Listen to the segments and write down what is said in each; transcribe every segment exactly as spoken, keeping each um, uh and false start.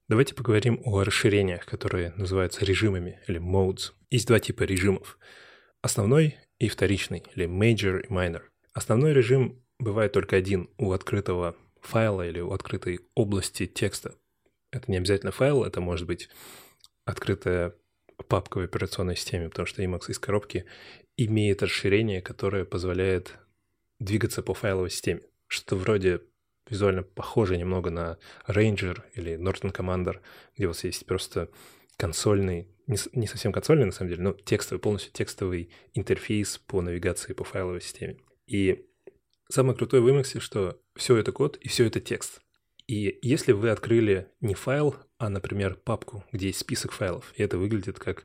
Давайте поговорим о расширениях, которые называются режимами или modes. Есть два типа режимов. Основной и вторичный, или major и minor. Основной режим бывает только один у открытого файла или у открытой области текста. Это не обязательно файл, это может быть открытая папка в операционной системе, потому что Emacs из коробки имеет расширение, которое позволяет двигаться по файловой системе. Что-то вроде визуально похоже немного на Ranger или Norton Commander, где у вас есть просто консольный, не, не совсем консольный на самом деле, но текстовый, полностью текстовый интерфейс по навигации по файловой системе. И самое крутое в Emacs, что все это код и все это текст. И если вы открыли не файл, а, например, папку, где есть список файлов, и это выглядит как,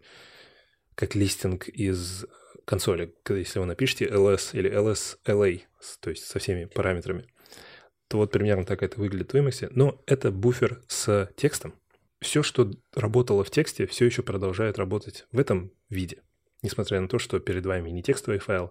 как листинг из консоли, если вы напишите ls или ls.la, то есть со всеми параметрами, то вот примерно так это выглядит в Emacs, но это буфер с текстом. Все, что работало в тексте, все еще продолжает работать в этом виде, несмотря на то, что перед вами не текстовый файл,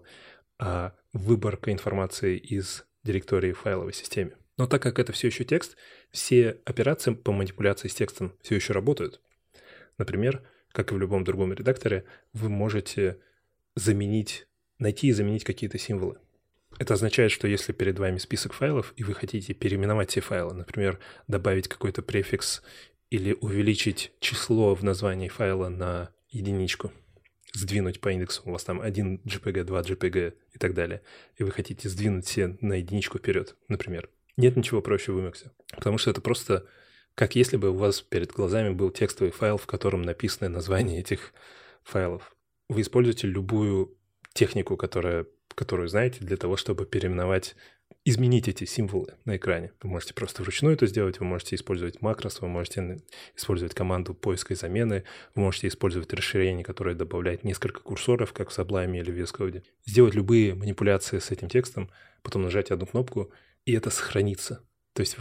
а выборка информации из директории в файловой системе. Но так как это все еще текст, все операции по манипуляции с текстом все еще работают. Например, как и в любом другом редакторе, вы можете заменить, найти и заменить какие-то символы. Это означает, что если перед вами список файлов, и вы хотите переименовать все файлы, например, добавить какой-то префикс или увеличить число в названии файла на единичку, сдвинуть по индексу, у вас там один джей пи джи, два джей пи джи и так далее, и вы хотите сдвинуть все на единичку вперед, например. Нет ничего проще в Emacs, потому что это просто как если бы у вас перед глазами был текстовый файл, в котором написаны названия этих файлов. Вы используете любую технику, которая, которую знаете, для того, чтобы переименовать, изменить эти символы на экране. Вы можете просто вручную это сделать, вы можете использовать макрос, вы можете использовать команду поиска и замены, вы можете использовать расширение, которое добавляет несколько курсоров, как в Sublime или в ви эс Code. Сделать любые манипуляции с этим текстом, потом нажать одну кнопку, и это сохранится. То есть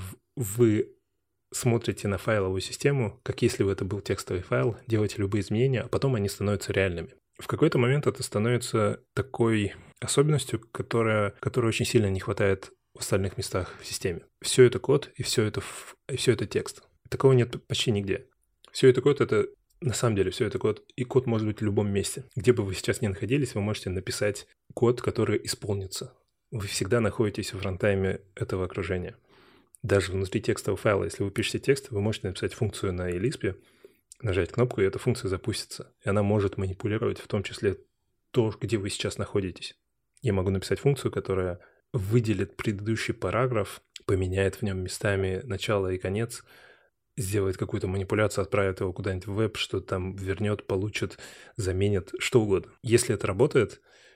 вы смотрите на файловую систему, как если бы это был текстовый файл, делаете любые изменения, а потом они становятся реальными. В какой-то момент это становится такой особенностью, которая, которой очень сильно не хватает в остальных местах в системе. Все это код, и все это, и все это текст. Такого нет почти нигде. Все это код — это на самом деле все это код, и код может быть в любом месте. Где бы вы сейчас ни находились, вы можете написать код, который исполнится. Вы всегда находитесь в рантайме этого окружения. Даже внутри текстового файла, если вы пишете текст, вы можете написать функцию на Lisp, нажать кнопку, и эта функция запустится. И она может манипулировать в том числе то, где вы сейчас находитесь. Я могу написать функцию, которая выделит предыдущий параграф, поменяет в нем местами начало и конец, сделает какую-то манипуляцию, отправит его куда-нибудь в веб, что там вернет, получит, заменит, что угодно. Если это работает,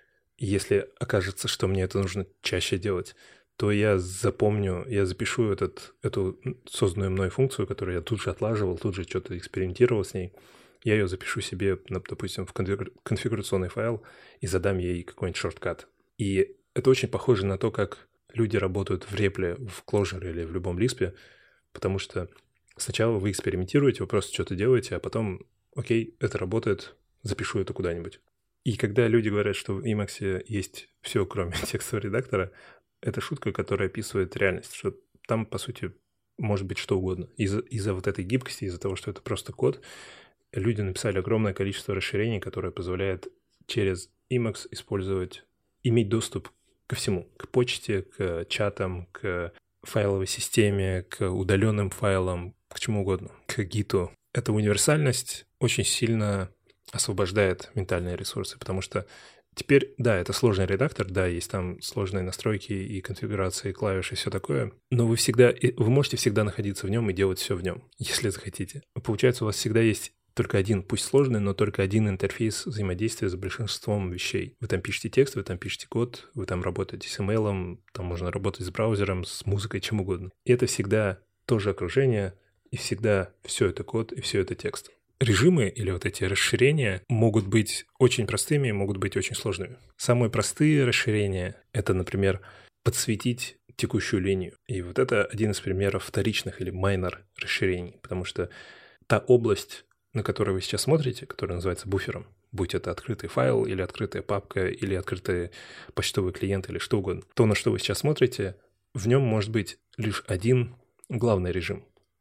если окажется, что мне это нужно чаще делать, то я запомню, я запишу этот, эту созданную мной функцию, которую я тут же отлаживал, тут же что-то экспериментировал с ней. Я ее запишу себе, допустим, в конфигурационный файл и задам ей какой-нибудь шорткат. И это очень похоже на то, как люди работают в репле, в Clojure или в любом Lisp, потому что сначала вы экспериментируете, вы просто что-то делаете, а потом, окей, это работает, запишу это куда-нибудь. И когда люди говорят, что в Emacs есть все, кроме текстового редактора, это шутка, которая описывает реальность, что там, по сути, может быть что угодно. Из-за, из-за вот этой гибкости, из-за того, что это просто код, люди написали огромное количество расширений, которое позволяет через Emacs использовать, иметь доступ ко всему, к почте, к чатам, к файловой системе, к удаленным файлам, к чему угодно, к гиту. Эта универсальность очень сильно освобождает ментальные ресурсы, потому что теперь, да, это сложный редактор, да, есть там сложные настройки и конфигурации клавиш и все такое, но вы всегда, вы можете всегда находиться в нем и делать все в нем, если захотите. Получается, у вас всегда есть только один, пусть сложный, но только один интерфейс взаимодействия с большинством вещей. Вы там пишете текст, вы там пишете код, вы там работаете с имейлом, там можно работать с браузером, с музыкой, чем угодно. И это всегда тоже окружение, и всегда все это код, и все это текст. Режимы или вот эти расширения могут быть очень простыми, могут быть очень сложными. Самые простые расширения — это, например, подсветить текущую линию. И вот это один из примеров вторичных или майнор расширений, потому что та область, на которую вы сейчас смотрите, которая называется буфером, будь это открытый файл или открытая папка или открытый почтовый клиент или что угодно, то, на что вы сейчас смотрите, в нем может быть лишь один главный режим.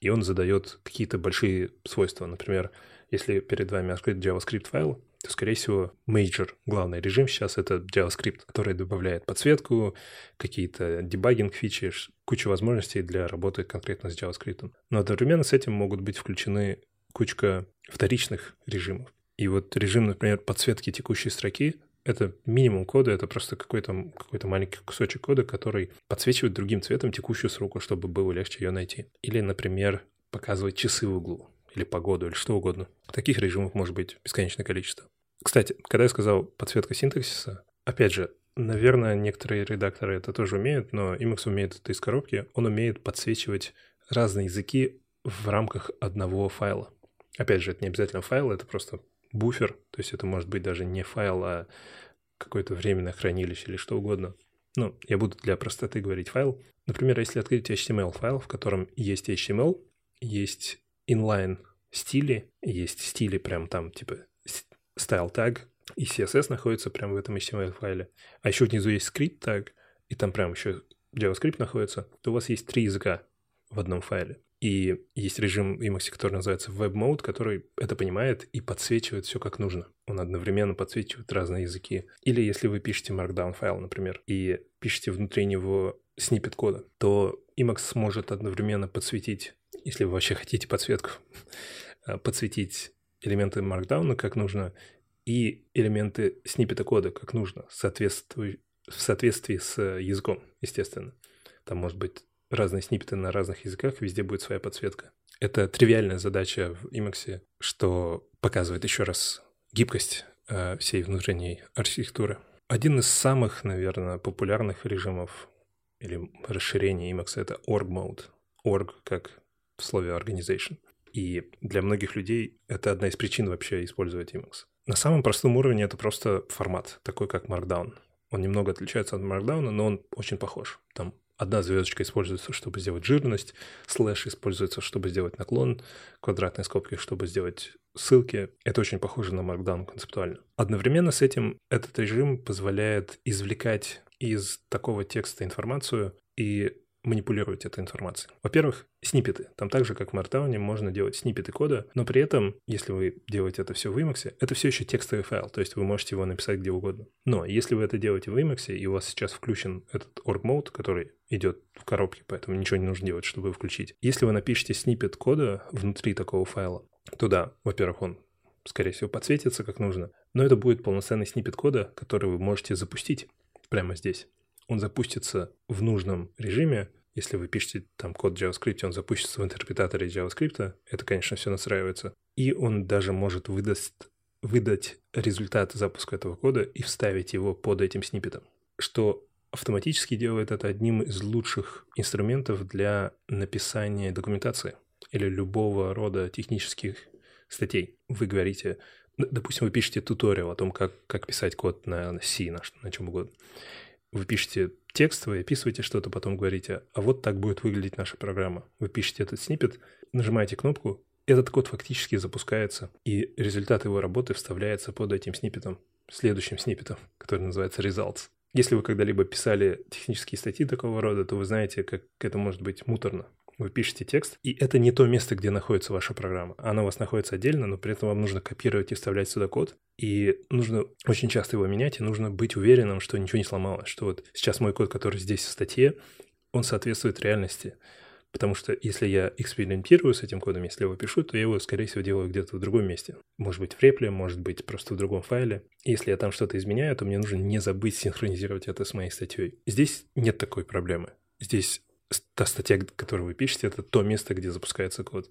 и он задает какие-то большие свойства. Например, если перед вами открыт JavaScript файл, то, скорее всего, major, главный режим сейчас — это JavaScript, который добавляет подсветку, какие-то дебагинг-фичи, кучу возможностей для работы конкретно с JavaScript. Но одновременно с этим могут быть включены кучка вторичных режимов. И вот режим, например, подсветки текущей строки — это минимум кода, это просто какой-то, какой-то маленький кусочек кода, который подсвечивает другим цветом текущую строку, чтобы было легче ее найти. Или, например, показывать часы в углу, или погоду, или что угодно. Таких режимов может быть бесконечное количество. Кстати, когда я сказал подсветка синтаксиса, опять же, наверное, некоторые редакторы это тоже умеют, но Emacs умеет это из коробки. Он умеет подсвечивать разные языки в рамках одного файла. Опять же, это не обязательно файл, это просто буфер, то есть это может быть даже не файл, а какое-то временное хранилище или что угодно. Ну, я буду для простоты говорить файл. Например, если открыть эйч ти эм эл-файл, в котором есть эйч ти эм эл, есть inline стили, есть стили прям там типа style tag, и си эс эс находится прямо в этом эйч ти эм эл-файле, а еще внизу есть script tag, и там прям еще JavaScript находится, то у вас есть три языка в одном файле. И есть режим Emacs, который называется Web Mode, который это понимает и подсвечивает все как нужно. Он одновременно подсвечивает разные языки. Или если вы пишете Markdown файл, например, и пишете внутри него сниппет кода, то Emacs сможет одновременно подсветить, если вы вообще хотите подсветку, подсветить элементы Markdown как нужно и элементы сниппета кода как нужно, в соответствии с языком, естественно. Там может быть разные сниппеты на разных языках, везде будет своя подсветка. Это тривиальная задача в Emacs, что показывает еще раз гибкость э, всей внутренней архитектуры. Один из самых, наверное, популярных режимов или расширений Emacs — это org mode. Org как в слове organization. И для многих людей это одна из причин вообще использовать Emacs. На самом простом уровне это просто формат, такой как Markdown. Он немного отличается от Markdown, но он очень похож. Там одна звездочка используется, чтобы сделать жирность, слэш используется, чтобы сделать наклон, квадратные скобки, чтобы сделать ссылки. Это очень похоже на Markdown концептуально. Одновременно с этим этот режим позволяет извлекать из такого текста информацию и манипулировать этой информацией. Во-первых, сниппеты. Там так же, как в Markdown, можно делать сниппеты кода, но при этом, если вы делаете это все в Emacs, это все еще текстовый файл, то есть вы можете его написать где угодно. Но если вы это делаете в Emacs, и у вас сейчас включен этот org mode, который идет в коробке, поэтому ничего не нужно делать, чтобы его включить. Если вы напишете сниппет кода внутри такого файла, то да, во-первых, он, скорее всего, подсветится как нужно, но это будет полноценный сниппет кода, который вы можете запустить прямо здесь. Он запустится в нужном режиме. Если вы пишете там код в JavaScript, он запустится в интерпретаторе JavaScript. Это, конечно, все настраивается. И он даже может выдаст, выдать результат запуска этого кода и вставить его под этим сниппетом, что автоматически делает это одним из лучших инструментов для написания документации или любого рода технических статей. Вы говорите, допустим, вы пишете туториал о том, как, как писать код на C, на, на чем угодно. Вы пишете текст, вы описываете что-то, потом говорите, а вот так будет выглядеть наша программа. Вы пишете этот сниппет, нажимаете кнопку, этот код фактически запускается, и результат его работы вставляется под этим сниппетом, следующим сниппетом, который называется results. Если вы когда-либо писали технические статьи такого рода, то вы знаете, как это может быть муторно. Вы пишете текст, и это не то место, где находится ваша программа. Она у вас находится отдельно, но при этом вам нужно копировать и вставлять сюда код. И нужно очень часто его менять, и нужно быть уверенным, что ничего не сломалось. Что вот сейчас мой код, который здесь в статье, он соответствует реальности. Потому что если я экспериментирую с этим кодом, если я его пишу, то я его, скорее всего, делаю где-то в другом месте. Может быть, в репле, может быть, просто в другом файле. И если я там что-то изменяю, то мне нужно не забыть синхронизировать это с моей статьей. Здесь нет такой проблемы. Здесь та статья, которую вы пишете, это то место, где запускается код.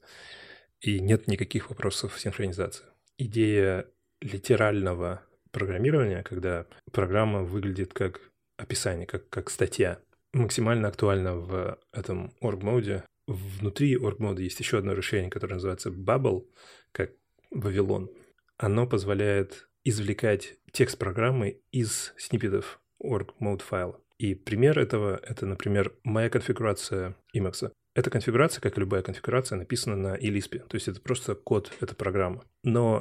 И нет никаких вопросов синхронизации. Идея литерального программирования, когда программа выглядит как описание, как, как статья, максимально актуальна в этом org-моде. Внутри org-мода есть еще одно решение, которое называется Bubble, как Вавилон. Оно позволяет извлекать текст программы из сниппетов org-mode файла. И пример этого — это, например, моя конфигурация Emacs. Эта конфигурация, как и любая конфигурация, написана на Lisp. То есть это просто код, это программа. Но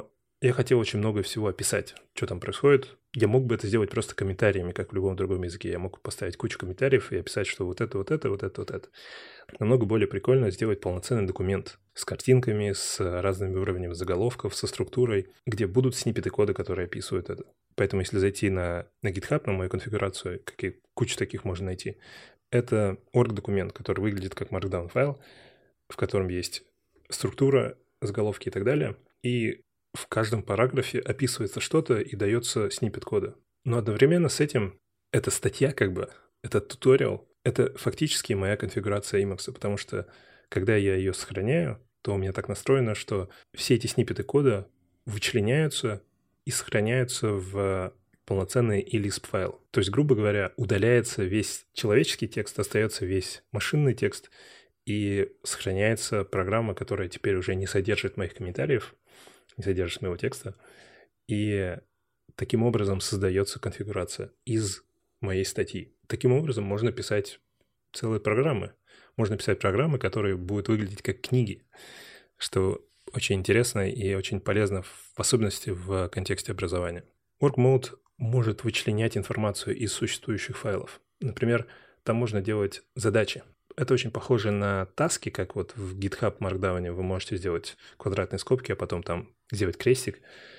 я хотел очень много всего описать, что там происходит. Я мог бы это сделать просто комментариями, как в любом другом языке. Я мог поставить кучу комментариев и описать, что вот это, вот это, вот это, вот это. Намного более прикольно сделать полноценный документ с картинками, с разными уровнями заголовков, со структурой, где будут сниппеты кода, которые описывают это. Поэтому если зайти на, на GitHub, на мою конфигурацию, какие, кучу таких можно найти, это орг-документ, который выглядит как Markdown файл, в котором есть структура, заголовки и так далее. И в каждом параграфе описывается что-то и дается сниппет кода. Но одновременно с этим эта статья как бы, этот туториал, это фактически моя конфигурация Emacs, потому что когда я ее сохраняю, то у меня так настроено, что все эти сниппеты кода вычленяются и сохраняются в полноценный и лисп файл. То есть, грубо говоря, удаляется весь человеческий текст, остается весь машинный текст, и сохраняется программа, которая теперь уже не содержит моих комментариев, не содержит моего текста, и таким образом создается конфигурация из моей статьи. Таким образом можно писать целые программы. Можно писать программы, которые будут выглядеть как книги, что очень интересно и очень полезно, в особенности в контексте образования. Org-mode может вычленять информацию из существующих файлов. Например, там можно делать задачи. Это очень похоже на таски, как вот в GitHub Markdown вы можете сделать квадратные скобки, а потом там сделать крестик.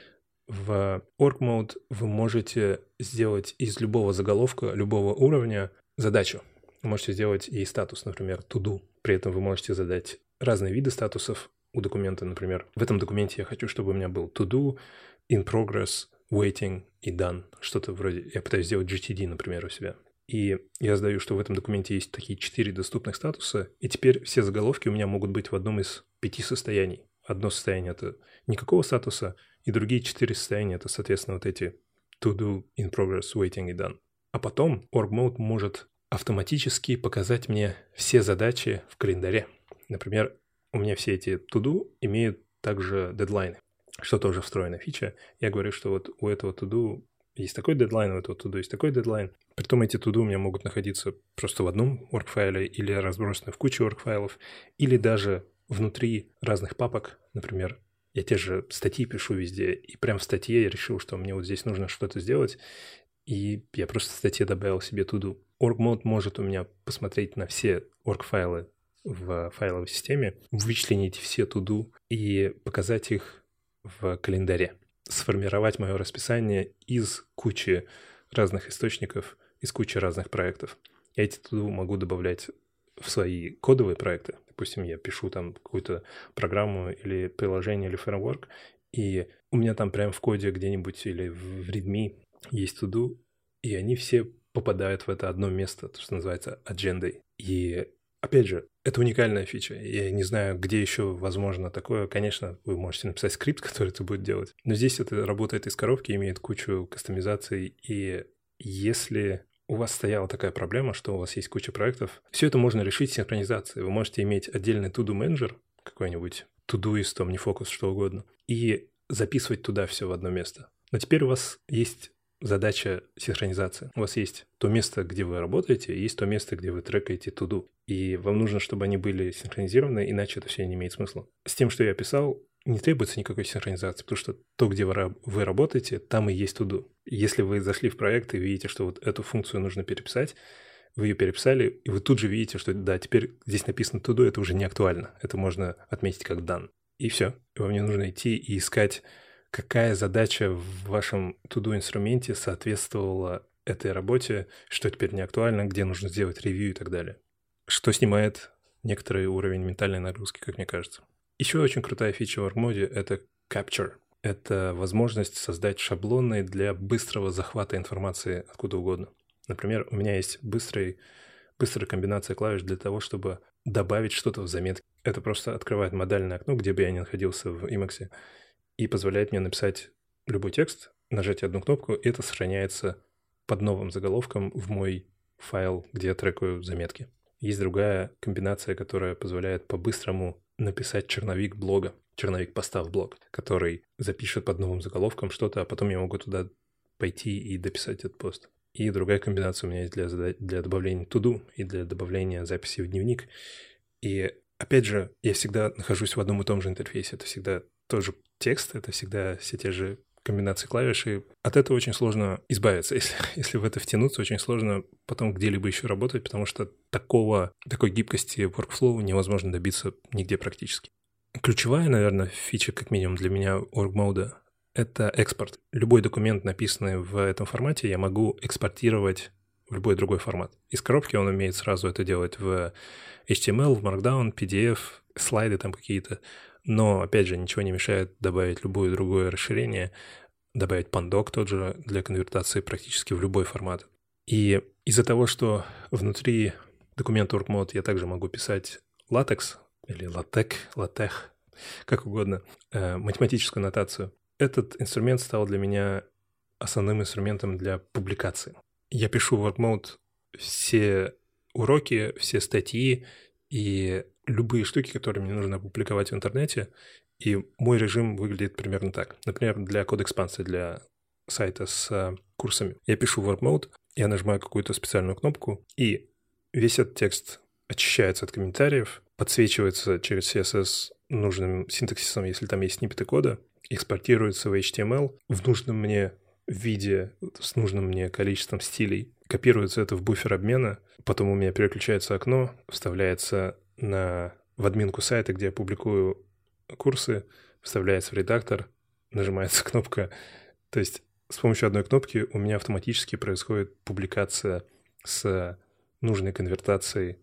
В Org-mode вы можете сделать из любого заголовка, любого уровня задачу. Вы можете сделать ей статус, например, to-do. При этом вы можете задать разные виды статусов у документа. Например, в этом документе я хочу, чтобы у меня был to-do, in progress, waiting и done. Что-то вроде... Я пытаюсь сделать джи ти ди, например, у себя. И я задаю, что в этом документе есть такие четыре доступных статуса, и теперь все заголовки у меня могут быть в одном из пяти состояний. Одно состояние — это никакого статуса, и другие четыре состояния — это, соответственно, вот эти to-do, in progress, waiting и done. А потом Org-mode может автоматически показать мне все задачи в календаре. Например, у меня все эти to-do имеют также дедлайны, что тоже встроенная фича. Я говорю, что вот у этого to-do есть такой дедлайн, у этого to-do есть такой дедлайн. Притом эти to-do у меня могут находиться просто в одном орг-файле или разбросаны в кучу орг-файлов, или даже внутри разных папок. Например, я те же статьи пишу везде, и прямо в статье я решил, что мне вот здесь нужно что-то сделать, и я просто в статье добавил себе to-do. Org-mode может у меня посмотреть на все орг-файлы в файловой системе, вычленить все to-do и показать их в календаре. Сформировать мое расписание из кучи разных источников, из кучи разных проектов. Я эти to-do могу добавлять в свои кодовые проекты. Допустим, я пишу там какую-то программу или приложение, или фреймворк, и у меня там прямо в коде где-нибудь или в readme есть to-do, и они все попадают в это одно место, то, что называется аджендой. И опять же, это уникальная фича. Я не знаю, где еще возможно такое. Конечно, вы можете написать скрипт, который это будет делать. Но здесь это работает из коробки, имеет кучу кастомизаций. И если у вас стояла такая проблема, что у вас есть куча проектов, все это можно решить синхронизацией. Вы можете иметь отдельный to-do менеджер, какой-нибудь Todoist, OmniFocus, что угодно, и записывать туда все в одно место. Но теперь у вас есть задача синхронизации. У вас есть то место, где вы работаете, и есть то место, где вы трекаете to-do. И вам нужно, чтобы они были синхронизированы, иначе это все не имеет смысла. С тем, что я описал, не требуется никакой синхронизации, потому что то, где вы, вы работаете, там и есть to-do. Если вы зашли в проект и видите, что вот эту функцию нужно переписать, вы ее переписали, и вы тут же видите, что да, теперь здесь написано to-do, это уже не актуально. Это можно отметить как done. И все. И вам не нужно идти и искать, какая задача в вашем to-do инструменте соответствовала этой работе, что теперь не актуально, где нужно сделать ревью и так далее. Что снимает некоторый уровень ментальной нагрузки, как мне кажется. Еще очень крутая фича в Org-mode — это Capture. Это возможность создать шаблоны для быстрого захвата информации откуда угодно. Например, у меня есть быстрый, быстрая комбинация клавиш для того, чтобы добавить что-то в заметки. Это просто открывает модальное окно, где бы я ни находился в Emacs, и позволяет мне написать любой текст, нажать одну кнопку, и это сохраняется под новым заголовком в мой файл, где я трекаю заметки. Есть другая комбинация, которая позволяет по-быстрому написать черновик блога, черновик поста в блог, который запишет под новым заголовком что-то, а потом я могу туда пойти и дописать этот пост. И другая комбинация у меня есть для, для добавления to-do и для добавления записи в дневник. И опять же, я всегда нахожусь в одном и том же интерфейсе. Это всегда тоже текст, это всегда все те же комбинации клавиш, и от этого очень сложно избавиться. Если, если в это втянуться, очень сложно потом где-либо еще работать, потому что такого, такой гибкости workflow невозможно добиться нигде практически. Ключевая, наверное, фича, как минимум для меня орг-мода — это экспорт. Любой документ, написанный в этом формате, я могу экспортировать в любой другой формат. Из коробки он умеет сразу это делать в эйч ти эм эл, в Markdown, пи ди эф, слайды там какие-то. Но, опять же, ничего не мешает добавить любое другое расширение, добавить Pandoc тот же для конвертации практически в любой формат. И из-за того, что внутри документа org-mode я также могу писать LaTeX или LaTeX, LaTeX, как угодно, э, математическую нотацию, этот инструмент стал для меня основным инструментом для публикации. Я пишу в org-mode все уроки, все статьи и любые штуки, которые мне нужно опубликовать в интернете, и мой режим выглядит примерно так. Например, для код-экспансии, для сайта с uh, курсами. Я пишу в org-mode, я нажимаю какую-то специальную кнопку, и весь этот текст очищается от комментариев, подсвечивается через си эс эс нужным синтаксисом, если там есть сниппеты кода, экспортируется в эйч ти эм эл в нужном мне виде, с нужным мне количеством стилей, копируется это в буфер обмена, потом у меня переключается окно, вставляется на, в админку сайта, где я публикую курсы, вставляется в редактор, нажимается кнопка. То есть с помощью одной кнопки у меня автоматически происходит публикация с нужной конвертацией,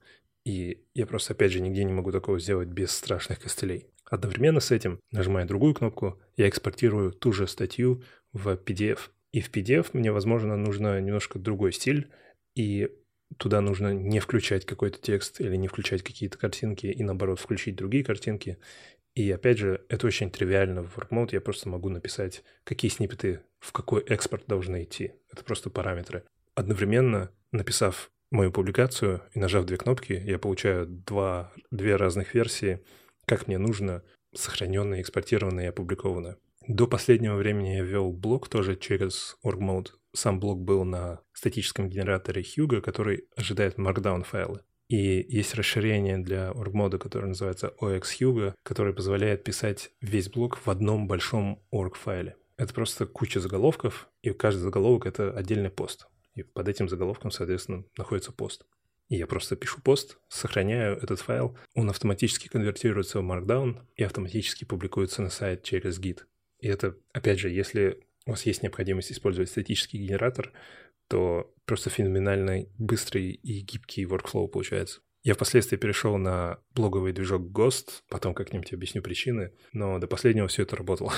и я просто, опять же, нигде не могу такого сделать без страшных костылей. Одновременно с этим, нажимая другую кнопку, я экспортирую ту же статью в пи ди эф. И в пи ди эф мне, возможно, нужно немножко другой стиль, и туда нужно не включать какой-то текст или не включать какие-то картинки, и наоборот включить другие картинки. И опять же, это очень тривиально в org-mode. Я просто могу написать, какие сниппеты в какой экспорт должны идти. Это просто параметры. Одновременно, написав мою публикацию и нажав две кнопки, я получаю два, две разных версии, как мне нужно, сохраненные, экспортированные и опубликованные. До последнего времени я ввел блок тоже через org-mode. Сам блок был на статическом генераторе Hugo, который ожидает Markdown файлы. И есть расширение для org-мода, которое называется о экс Hugo, которое позволяет писать весь блок в одном большом org-файле. Это просто куча заголовков, и каждый заголовок — это отдельный пост. И под этим заголовком, соответственно, находится пост. И я просто пишу пост, сохраняю этот файл, он автоматически конвертируется в Markdown и автоматически публикуется на сайт через гит. И это, опять же, если у вас есть необходимость использовать статический генератор, то просто феноменально быстрый и гибкий workflow получается. Я впоследствии перешел на блоговый движок Ghost, потом как-нибудь объясню причины, но до последнего все это работало.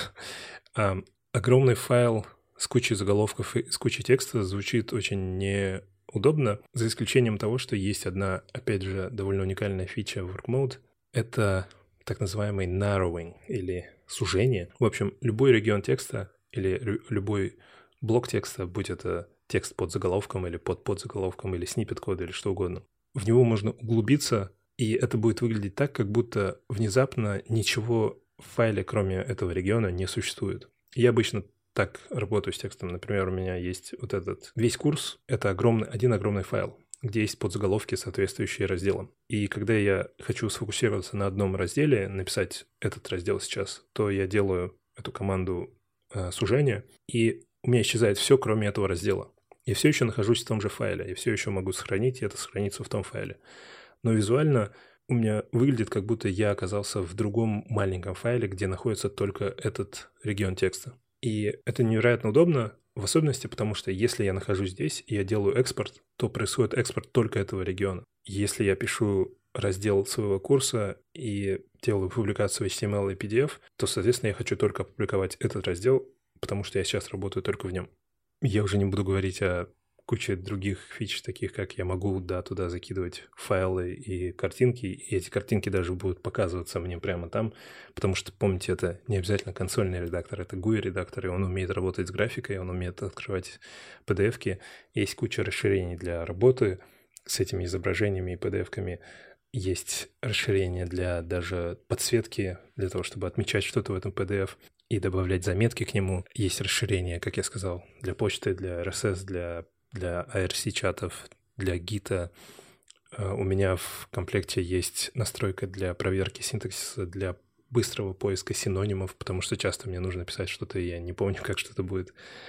Огромный файл с кучей заголовков и с кучей текста звучит очень неудобно, за исключением того, что есть одна, опять же, довольно уникальная фича в org-mode. Это так называемый narrowing или сужение. В общем, любой регион текста или любой блок текста, будь это текст под заголовком или под подзаголовком или сниппет кода или что угодно, в него можно углубиться, и это будет выглядеть так, как будто внезапно ничего в файле, кроме этого региона, не существует. Я обычно так работаю с текстом. Например, у меня есть вот этот весь курс, это огромный, один огромный файл, где есть подзаголовки, соответствующие разделам. И когда я хочу сфокусироваться на одном разделе, написать этот раздел сейчас, то я делаю эту команду э, сужения, и у меня исчезает все, кроме этого раздела. Я все еще нахожусь в том же файле, я все еще могу сохранить, и это сохранится в том файле. Но визуально у меня выглядит, как будто я оказался в другом маленьком файле, где находится только этот регион текста. И это невероятно удобно, в особенности потому, что если я нахожусь здесь и я делаю экспорт, то происходит экспорт только этого региона. Если я пишу раздел своего курса и делаю публикацию эйч ти эм эл и пи ди эф, то, соответственно, я хочу только опубликовать этот раздел, потому что я сейчас работаю только в нем. Я уже не буду говорить о куче других фич, таких как я могу, да, туда закидывать файлы и картинки, и эти картинки даже будут показываться мне прямо там, потому что, помните, это не обязательно консольный редактор, это джи ю ай-редактор, и он умеет работать с графикой, он умеет открывать пи ди эф-ки. Есть куча расширений для работы с этими изображениями и пи ди эф-ками. Есть расширение для даже подсветки, для того, чтобы отмечать что-то в этом пи ди эф и добавлять заметки к нему. Есть расширение, как я сказал, для почты, для эр эс эс, для для эй ар си-чатов, для гита. У меня в комплекте есть настройка для проверки синтаксиса для быстрого поиска синонимов, потому что часто мне нужно писать что-то, и я не помню, как что-то будет.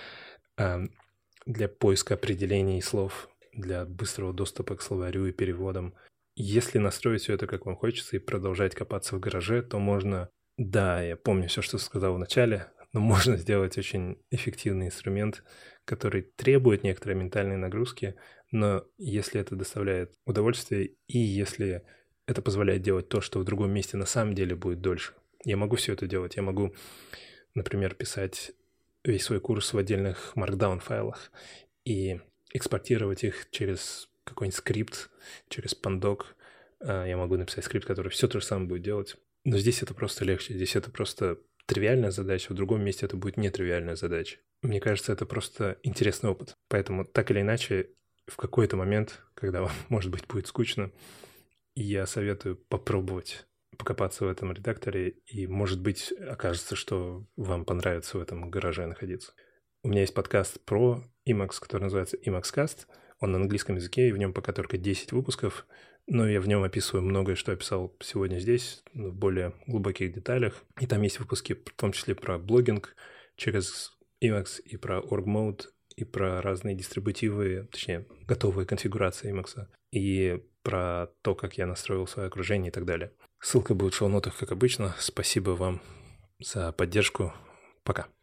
Для поиска определений слов, для быстрого доступа к словарю и переводам. Если настроить все это, как вам хочется, и продолжать копаться в гараже, то можно... Да, я помню все, что сказал в начале, но можно сделать очень эффективный инструмент, который требует некоторой ментальной нагрузки, но если это доставляет удовольствие, и если это позволяет делать то, что в другом месте на самом деле будет дольше, я могу все это делать. Я могу, например, писать весь свой курс в отдельных Markdown файлах и экспортировать их через какой-нибудь скрипт, через Pandoc. Я могу написать скрипт, который все то же самое будет делать. Но здесь это просто легче. Здесь это просто тривиальная задача, в другом месте это будет нетривиальная задача. Мне кажется, это просто интересный опыт. Поэтому так или иначе, в какой-то момент, когда вам, может быть, будет скучно, я советую попробовать покопаться в этом редакторе, и, может быть, окажется, что вам понравится в этом гараже находиться. У меня есть подкаст про Emacs, который называется EmacsCast. Он на английском языке, и в нем пока только десять выпусков, но я в нем описываю многое, что описал сегодня здесь, в более глубоких деталях. И там есть выпуски, в том числе про блогинг через Emacs, и про org-mode, и про разные дистрибутивы, точнее, готовые конфигурации Emacs, и про то, как я настроил свое окружение и так далее. Ссылка будет в шоу-нотах, как обычно. Спасибо вам за поддержку. Пока.